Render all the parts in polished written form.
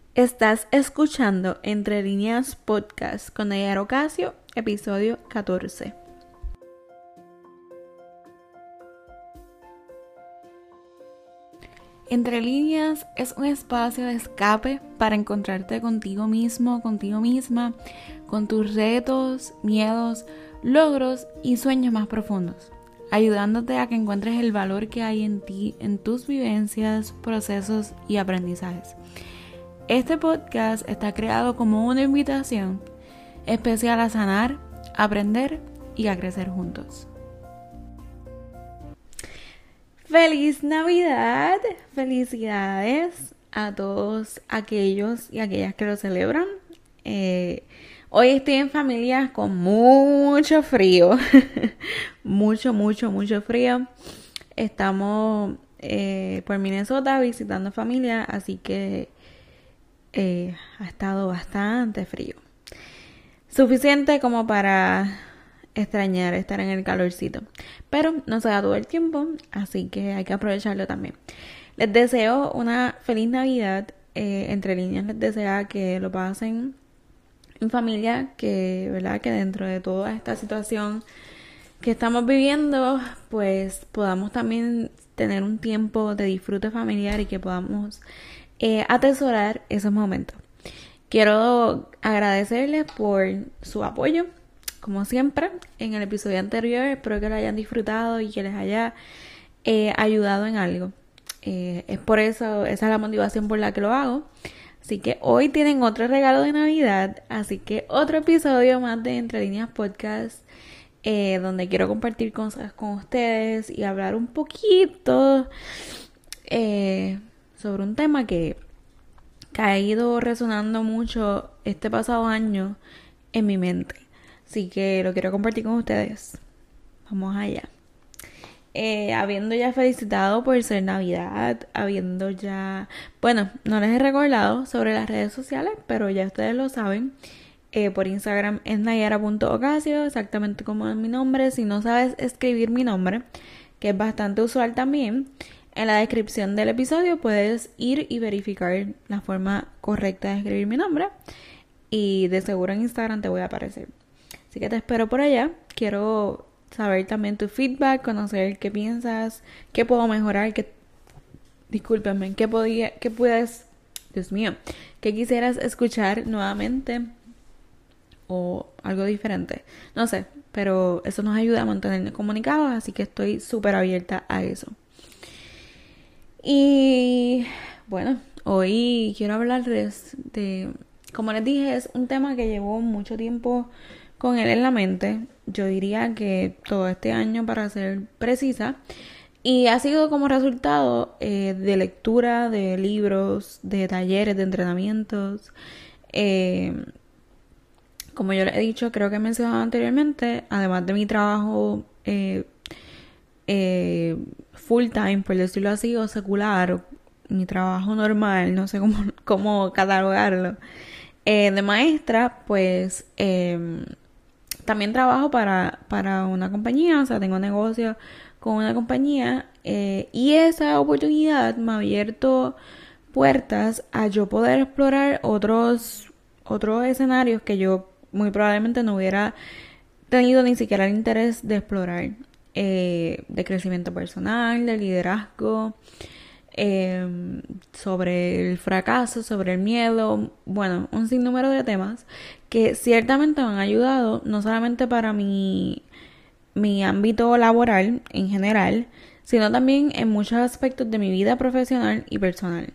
Estás escuchando Entre Líneas Podcast con Nayara Ocasio, episodio 14. Entre Líneas es un espacio de escape para encontrarte contigo mismo, contigo misma, con tus retos, miedos, logros y sueños más profundos, ayudándote a que encuentres el valor que hay en ti, en tus vivencias, procesos y aprendizajes. Este podcast está creado como una invitación especial a sanar, a aprender y a crecer juntos. ¡Feliz Navidad! Felicidades a todos aquellos y aquellas que lo celebran. Hoy estoy en familia con mucho frío. mucho frío. Estamos por Minnesota visitando familia, así que ha estado bastante frío. Suficiente como para extrañar estar en el calorcito. Pero no se da todo el tiempo, así que hay que aprovecharlo también. Les deseo una feliz Navidad. Entre líneas les deseo que lo pasen en familia, ¿verdad? Que dentro de toda esta situación que estamos viviendo, pues podamos también tener un tiempo de disfrute familiar y que podamos atesorar esos momentos. Quiero agradecerles por su apoyo, como siempre, en el episodio anterior. Espero que lo hayan disfrutado y que les haya ayudado en algo. Es por eso, esa es la motivación por la que lo hago. Así que hoy tienen otro regalo de Navidad. Así que otro episodio más de Entre Líneas Podcast, donde quiero compartir cosas con ustedes y hablar un poquito sobre un tema que ha ido resonando mucho este pasado año en mi mente. Así que lo quiero compartir con ustedes. Vamos allá. Habiendo ya felicitado por ser Navidad, habiendo ya... Bueno, no les he recordado sobre las redes sociales, pero ya ustedes lo saben. Por Instagram es nayara.ocasio, exactamente como es mi nombre. Si no sabes escribir mi nombre, que es bastante usual también, en la descripción del episodio puedes ir y verificar la forma correcta de escribir mi nombre. Y de seguro en Instagram te voy a aparecer. Así que te espero por allá. Quiero saber también tu feedback, conocer qué piensas, qué puedo mejorar, discúlpenme, qué puedes, Dios mío, qué quisieras escuchar nuevamente o algo diferente. No sé, pero eso nos ayuda a mantenernos comunicados, así que estoy súper abierta a eso. Y bueno, hoy quiero hablarles de, como les dije, es un tema que llevo mucho tiempo con él en la mente. Yo diría que todo este año, para ser precisa, y ha sido como resultado de lectura de libros, de talleres, de entrenamientos. Como yo les he dicho, creo que he mencionado anteriormente, además de mi trabajo full time, por decirlo así, o secular, o mi trabajo normal, no sé cómo catalogarlo, de maestra, pues también trabajo para una compañía, o sea, tengo negocio con una compañía, y esa oportunidad me ha abierto puertas a yo poder explorar otros escenarios que yo muy probablemente no hubiera tenido ni siquiera el interés de explorar, de crecimiento personal, de liderazgo, sobre el fracaso, sobre el miedo, bueno, un sinnúmero de temas que ciertamente me han ayudado no solamente para mi ámbito laboral en general, sino también en muchos aspectos de mi vida profesional y personal.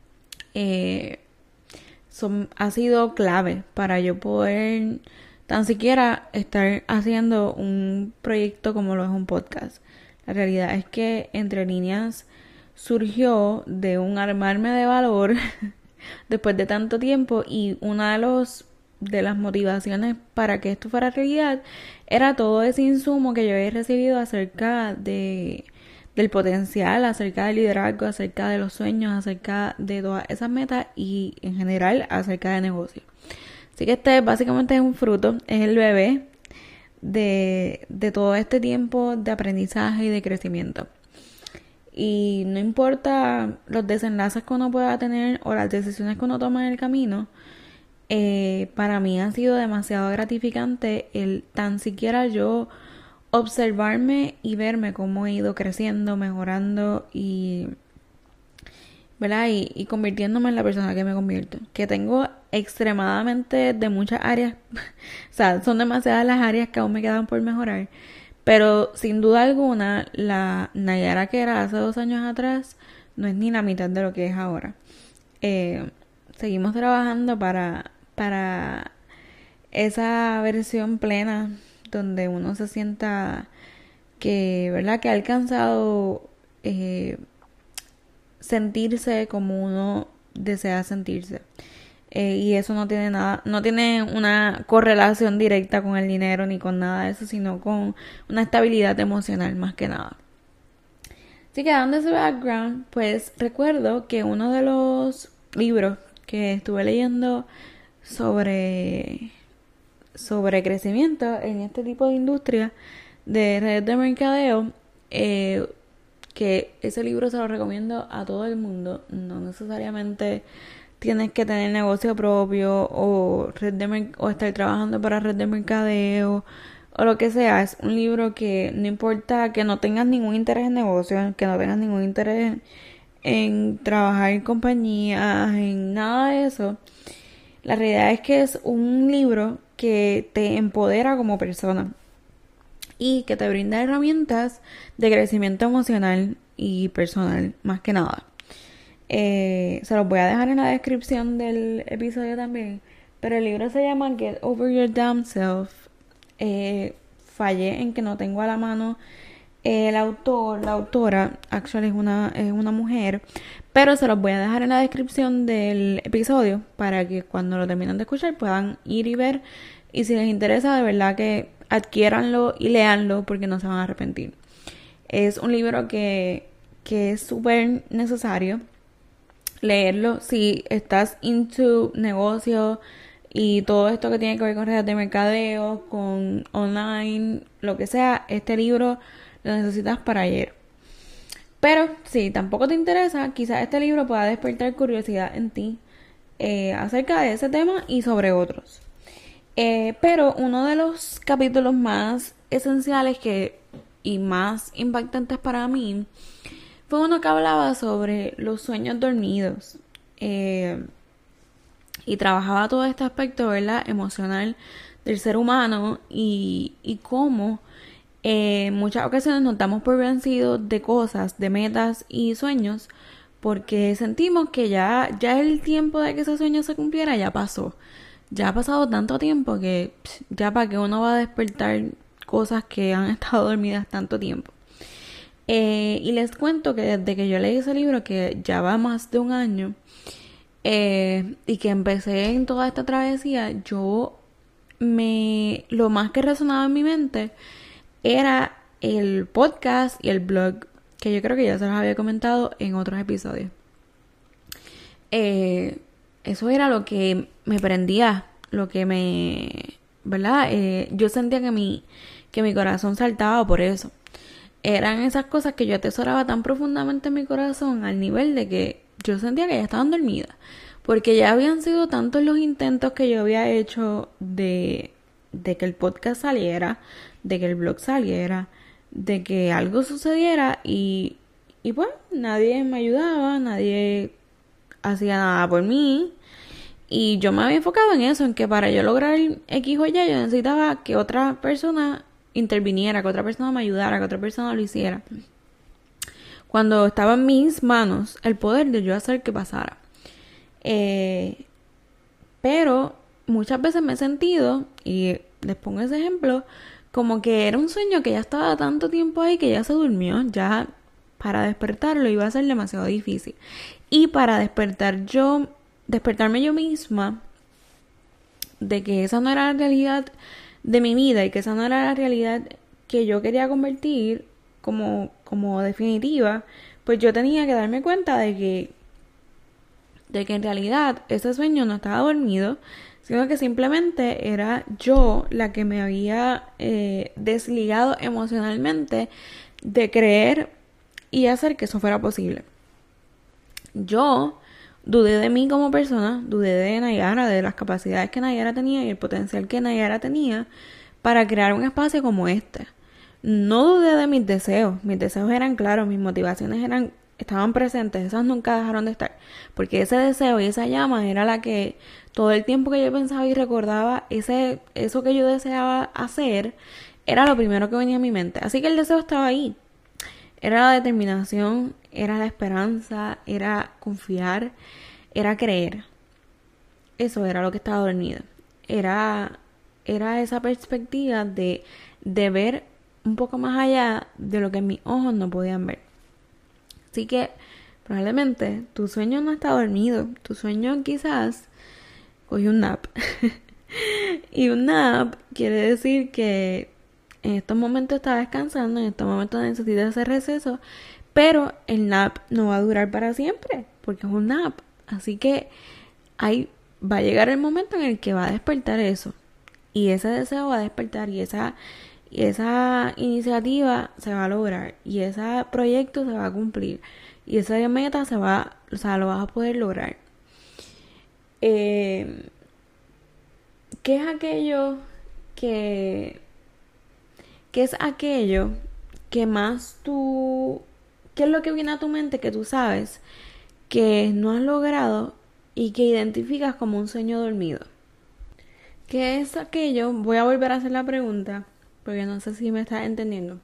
Ha sido clave para yo poder tan siquiera estar haciendo un proyecto como lo es un podcast. La realidad es que Entre Líneas surgió de un armarme de valor después de tanto tiempo, y una de las motivaciones para que esto fuera realidad era todo ese insumo que yo había recibido acerca del potencial, acerca del liderazgo, acerca de los sueños, acerca de todas esas metas y en general acerca de negocio. Así que este básicamente es un fruto, es el bebé de todo este tiempo de aprendizaje y de crecimiento. Y no importa los desenlaces que uno pueda tener o las decisiones que uno toma en el camino, para mí ha sido demasiado gratificante el tan siquiera yo observarme y verme cómo he ido creciendo, mejorando y, ¿verdad? Y convirtiéndome en la persona que me convierto. Que tengo extremadamente de muchas áreas, o sea, son demasiadas las áreas que aún me quedan por mejorar. Pero sin duda alguna, la Nayara que era hace 2 años atrás no es ni la mitad de lo que es ahora. Seguimos trabajando para esa versión plena donde uno se sienta que, ¿verdad? Que ha alcanzado sentirse como uno desea sentirse. Y eso no tiene nada, no tiene una correlación directa con el dinero ni con nada de eso, sino con una estabilidad emocional más que nada. Así que dando ese background, pues recuerdo que uno de los libros que estuve leyendo sobre crecimiento en este tipo de industria de redes de mercadeo, que ese libro se lo recomiendo a todo el mundo. No necesariamente tienes que tener negocio propio o o estar trabajando para red de mercadeo o lo que sea. Es un libro que no importa que no tengas ningún interés en negocio, que no tengas ningún interés en trabajar en compañías, en nada de eso. La realidad es que es un libro que te empodera como persona y que te brinda herramientas de crecimiento emocional y personal, más que nada. Se los voy a dejar en la descripción del episodio también. Pero el libro se llama Get Over Your Damn Self. Fallé en que no tengo a la mano el autor, la autora, actually es una mujer. Pero se los voy a dejar en la descripción del episodio para que cuando lo terminen de escuchar puedan ir y ver. Y si les interesa, de verdad que adquiéranlo y léanlo porque no se van a arrepentir. Es un libro que es súper necesario leerlo si estás into negocio y todo esto que tiene que ver con redes de mercadeo, con online, lo que sea. Este libro lo necesitas para ayer. Pero si tampoco te interesa, quizás este libro pueda despertar curiosidad en ti acerca de ese tema y sobre otros. Pero uno de los capítulos más esenciales y más impactantes para mí fue uno que hablaba sobre los sueños dormidos. Y trabajaba todo este aspecto, ¿verdad?, emocional del ser humano y cómo en muchas ocasiones nos damos por vencidos de cosas, de metas y sueños porque sentimos que ya el tiempo de que ese sueño se cumpliera ya pasó. Ya ha pasado tanto tiempo que ya para que uno va a despertar cosas que han estado dormidas tanto tiempo. Y les cuento que desde que yo leí ese libro, que ya va más de un año, y que empecé en toda esta travesía, lo más que resonaba en mi mente era el podcast y el blog, que yo creo que ya se los había comentado en otros episodios. Eso era lo que me prendía, lo que ¿verdad? Yo sentía que mi corazón saltaba por eso. Eran esas cosas que yo atesoraba tan profundamente en mi corazón al nivel de que yo sentía que ya estaban dormidas. Porque ya habían sido tantos los intentos que yo había hecho de que el podcast saliera, de que el blog saliera, de que algo sucediera y pues nadie me ayudaba, nadie hacía nada por mí. Y yo me había enfocado en eso, en que para yo lograr X o Y yo necesitaba que otra persona interviniera, que otra persona me ayudara, que otra persona lo hiciera. Cuando estaba en mis manos el poder de yo hacer que pasara. Pero muchas veces me he sentido, y les pongo ese ejemplo, como que era un sueño que ya estaba tanto tiempo ahí que ya se durmió, ya para despertarlo iba a ser demasiado difícil. Y para despertarme yo misma de que esa no era la realidad de mi vida y que esa no era la realidad que yo quería convertir como definitiva, pues yo tenía que darme cuenta de que en realidad ese sueño no estaba dormido, sino que simplemente era yo la que me había desligado emocionalmente de creer y hacer que eso fuera posible. Yo dudé de mí como persona, dudé de Nayara, de las capacidades que Nayara tenía y el potencial que Nayara tenía para crear un espacio como este. No dudé de mis deseos eran claros, mis motivaciones estaban presentes, esas nunca dejaron de estar, porque ese deseo y esa llama era la que todo el tiempo que yo pensaba y recordaba eso que yo deseaba hacer, era lo primero que venía a mi mente. Así que el deseo estaba ahí. Era la determinación, era la esperanza, era confiar, era creer. Eso era lo que estaba dormido. Era esa perspectiva de ver un poco más allá de lo que mis ojos no podían ver. Así que probablemente tu sueño no está dormido. Tu sueño quizás cogió un nap. Y un nap quiere decir que en estos momentos está descansando, en estos momentos necesita ese receso, pero el nap no va a durar para siempre, porque es un nap. Así que ahí va a llegar el momento en el que va a despertar eso. Y ese deseo va a despertar y esa iniciativa se va a lograr y ese proyecto se va a cumplir y esa meta lo vas a poder lograr. ¿Qué es aquello qué es aquello que más qué es lo que viene a tu mente que tú sabes que no has logrado y que identificas como un sueño dormido? ¿Qué es aquello? Voy a volver a hacer la pregunta porque no sé si me estás entendiendo.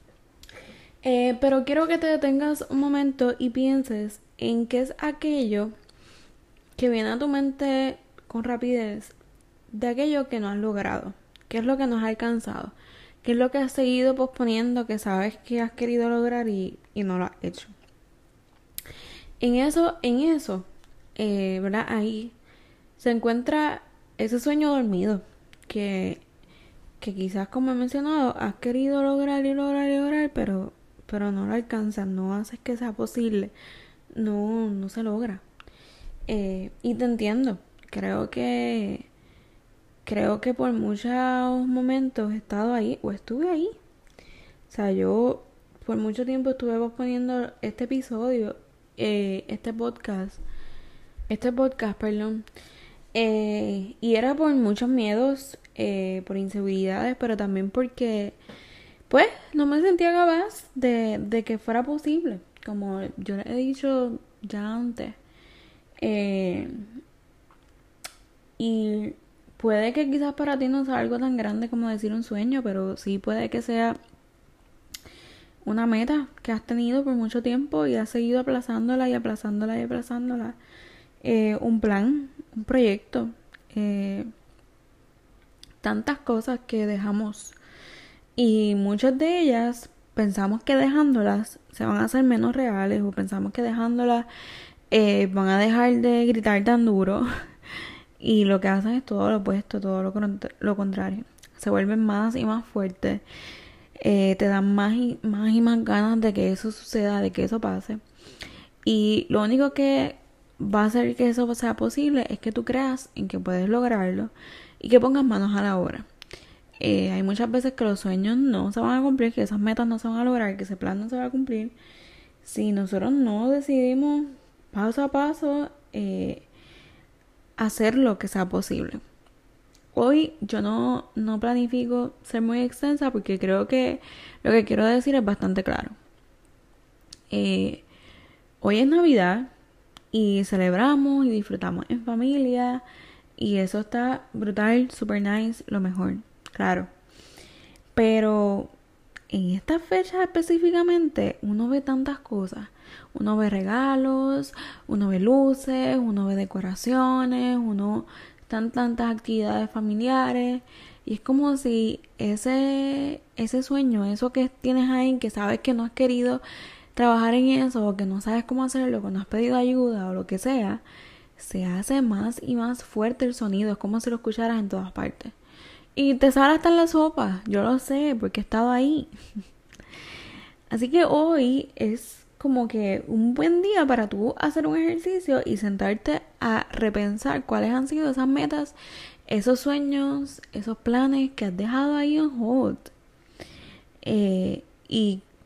Pero quiero que te detengas un momento y pienses en qué es aquello que viene a tu mente con rapidez de aquello que no has logrado. ¿Qué es lo que no has alcanzado? ¿Qué es lo que has seguido posponiendo que sabes que has querido lograr y no lo has hecho? En eso, ¿verdad? Ahí se encuentra ese sueño dormido que quizás, como he mencionado, has querido lograr y lograr, pero no lo alcanzas, no haces que sea posible, no se logra. Y te entiendo, creo que por muchos momentos he estado ahí o estuve ahí. O sea, yo por mucho tiempo estuve posponiendo este episodio, este podcast, perdón. Y era por muchos miedos, por inseguridades, pero también porque, pues, no me sentía capaz de que fuera posible. Como yo le he dicho ya antes. Y puede que quizás para ti no sea algo tan grande como decir un sueño, pero sí puede que sea una meta que has tenido por mucho tiempo y has seguido aplazándola y aplazándola y aplazándola. Un plan, un proyecto, tantas cosas que dejamos y muchas de ellas pensamos que dejándolas se van a hacer menos reales o pensamos que dejándolas van a dejar de gritar tan duro y lo que hacen es todo lo opuesto, todo lo contrario. Se vuelven más y más fuertes, te dan más y más ganas de que eso suceda, de que eso pase. Y lo único que va a hacer que eso sea posible es que tú creas en que puedes lograrlo y que pongas manos a la obra. Hay muchas veces que los sueños no se van a cumplir, que esas metas no se van a lograr, que ese plan no se va a cumplir si nosotros no decidimos paso a paso hacer lo que sea posible. Hoy yo no planifico ser muy extensa porque creo que lo que quiero decir es bastante claro. Hoy es Navidad y celebramos y disfrutamos en familia y eso está brutal, super nice, lo mejor, claro. Pero en estas fechas específicamente uno ve tantas cosas. Uno ve regalos, uno ve luces, uno ve decoraciones, están tantas actividades familiares y es como si ese sueño, eso que tienes ahí, que sabes que no has querido trabajar en eso o que no sabes cómo hacerlo, que no has pedido ayuda o lo que sea, se hace más y más fuerte el sonido, es como si lo escucharas en todas partes. Y te sale hasta en la sopa, yo lo sé porque he estado ahí. Así que hoy es como que un buen día para tú hacer un ejercicio y sentarte a repensar cuáles han sido esas metas, esos sueños, esos planes que has dejado ahí en hold. Y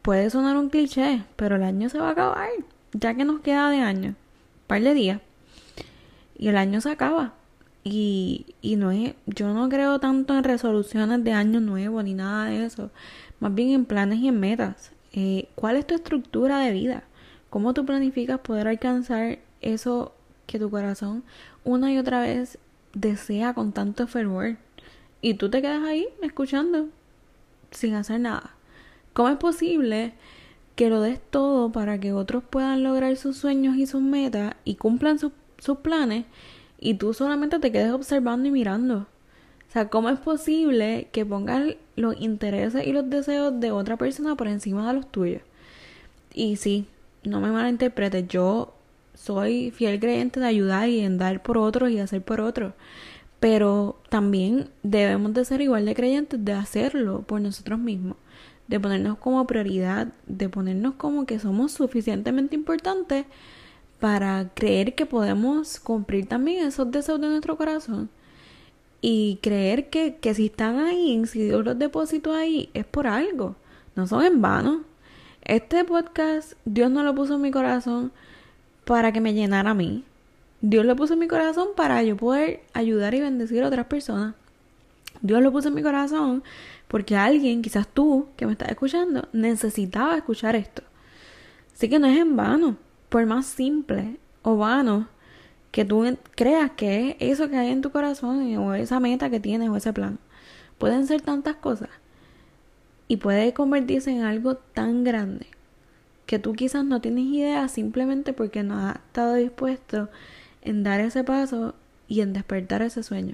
puede sonar un cliché, pero el año se va a acabar, ya que nos queda de año, un par de días, y el año se acaba. Y no es, yo no creo tanto en resoluciones de año nuevo ni nada de eso, más bien en planes y en metas. ¿Cuál es tu estructura de vida? ¿Cómo tú planificas poder alcanzar eso que tu corazón una y otra vez desea con tanto fervor? Y tú te quedas ahí escuchando sin hacer nada. ¿Cómo es posible que lo des todo para que otros puedan lograr sus sueños y sus metas y cumplan sus planes y tú solamente te quedes observando y mirando? O sea, ¿cómo es posible que pongas los intereses y los deseos de otra persona por encima de los tuyos? Y sí, no me malinterpretes, yo soy fiel creyente de ayudar y en dar por otros y hacer por otros. Pero también debemos de ser igual de creyentes de hacerlo por nosotros mismos, de ponernos como prioridad, de ponernos como que somos suficientemente importantes para creer que podemos cumplir también esos deseos de nuestro corazón y creer que si están ahí, si Dios los depositó ahí, es por algo, no son en vano. Este podcast Dios no lo puso en mi corazón para que me llenara a mí. Dios lo puso en mi corazón para yo poder ayudar y bendecir a otras personas. Dios lo puso en mi corazón porque alguien, quizás tú que me estás escuchando, necesitaba escuchar esto. Así que no es en vano, por más simple o vano que tú creas que es eso que hay en tu corazón o esa meta que tienes o ese plan. Pueden ser tantas cosas y puede convertirse en algo tan grande que tú quizás no tienes idea simplemente porque no has estado dispuesto en dar ese paso y en despertar ese sueño.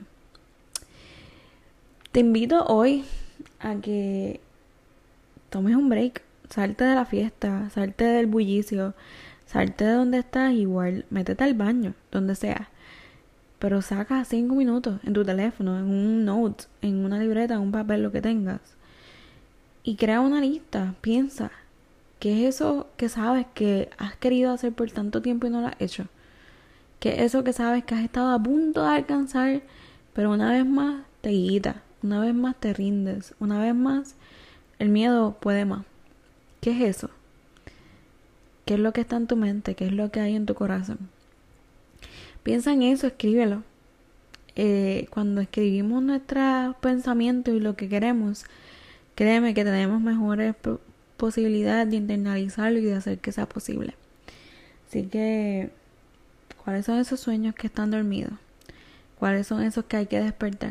Te invito hoy a que tomes un break, salte de la fiesta, salte del bullicio, salte de donde estás, igual, métete al baño, donde sea. Pero saca 5 minutos en tu teléfono, en un note, en una libreta, en un papel, lo que tengas. Y crea una lista, piensa, ¿qué es eso que sabes que has querido hacer por tanto tiempo y no lo has hecho? ¿Qué es eso que sabes que has estado a punto de alcanzar, pero una vez más te quita, una vez más te rindes, una vez más el miedo puede más? ¿Qué es eso? ¿Qué es lo que está en tu mente? ¿Qué es lo que hay en tu corazón? Piensa en eso, escríbelo. Cuando escribimos nuestros pensamientos y lo que queremos, créeme que tenemos mejores posibilidades de internalizarlo y de hacer que sea posible. Así que, ¿cuáles son esos sueños que están dormidos? ¿Cuáles son esos que hay que despertar?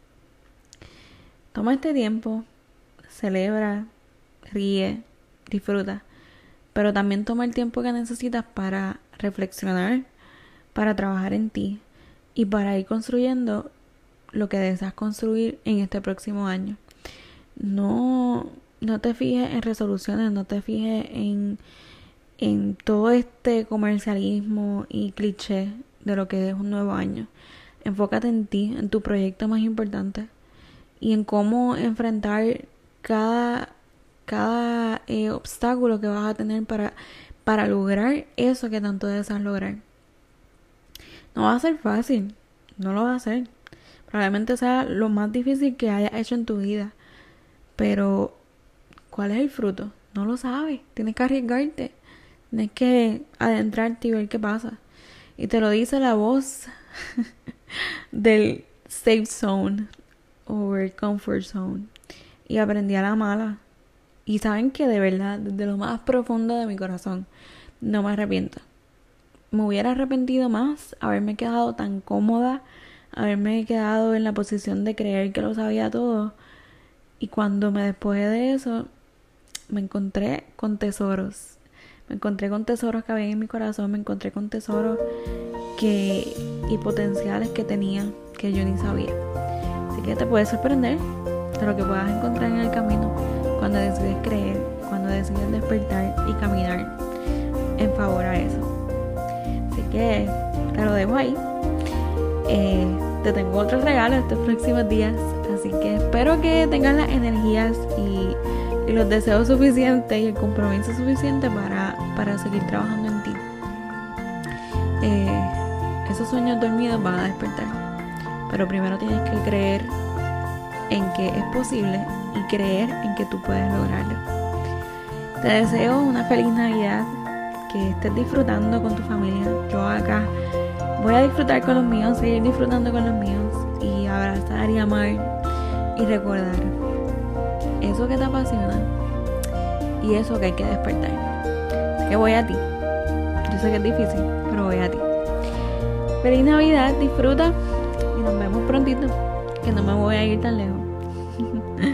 Toma este tiempo, celebra, ríe, disfruta, pero también toma el tiempo que necesitas para reflexionar, para trabajar en ti y para ir construyendo lo que deseas construir en este próximo año. No te fijes en resoluciones, no te fijes en todo este comercialismo y cliché de lo que es un nuevo año. Enfócate en ti, en tu proyecto más importante y en cómo enfrentar cada obstáculo que vas a tener para lograr eso que tanto deseas lograr. No va a ser fácil, no lo va a hacer. Probablemente sea lo más difícil que hayas hecho en tu vida. Pero, ¿cuál es el fruto? No lo sabes. Tienes que arriesgarte. Tienes que adentrarte y ver qué pasa. Y te lo dice la voz del safe zone o el comfort zone. Y aprendí a la mala. Y saben que de verdad, desde lo más profundo de mi corazón, no me arrepiento. Me hubiera arrepentido más haberme quedado tan cómoda, haberme quedado en la posición de creer que lo sabía todo. Y cuando me despojé de eso, me encontré con tesoros. Me encontré con tesoros que había en mi corazón, me encontré con tesoros y potenciales que tenía que yo ni sabía. Así que te puedes sorprender de lo que puedas encontrar en el camino cuando decides creer, cuando decides despertar y caminar en favor a eso. Así que te lo dejo ahí. Te tengo otros regalos estos próximos días, así que espero que tengas las energías y los deseos suficientes y el compromiso suficiente para seguir trabajando en ti. Esos sueños dormidos van a despertar, pero primero tienes que creer en que es posible y creer en que tú puedes lograrlo. Te deseo una feliz Navidad, que estés disfrutando con tu familia. Yo acá voy a disfrutar con los míos, seguir disfrutando con los míos y abrazar y amar y recordar eso que te apasiona y eso que hay que despertar. Así que voy a ti. Yo sé que es difícil, pero voy a ti. Feliz Navidad, disfruta y nos vemos prontito, que no me voy a ir tan lejos.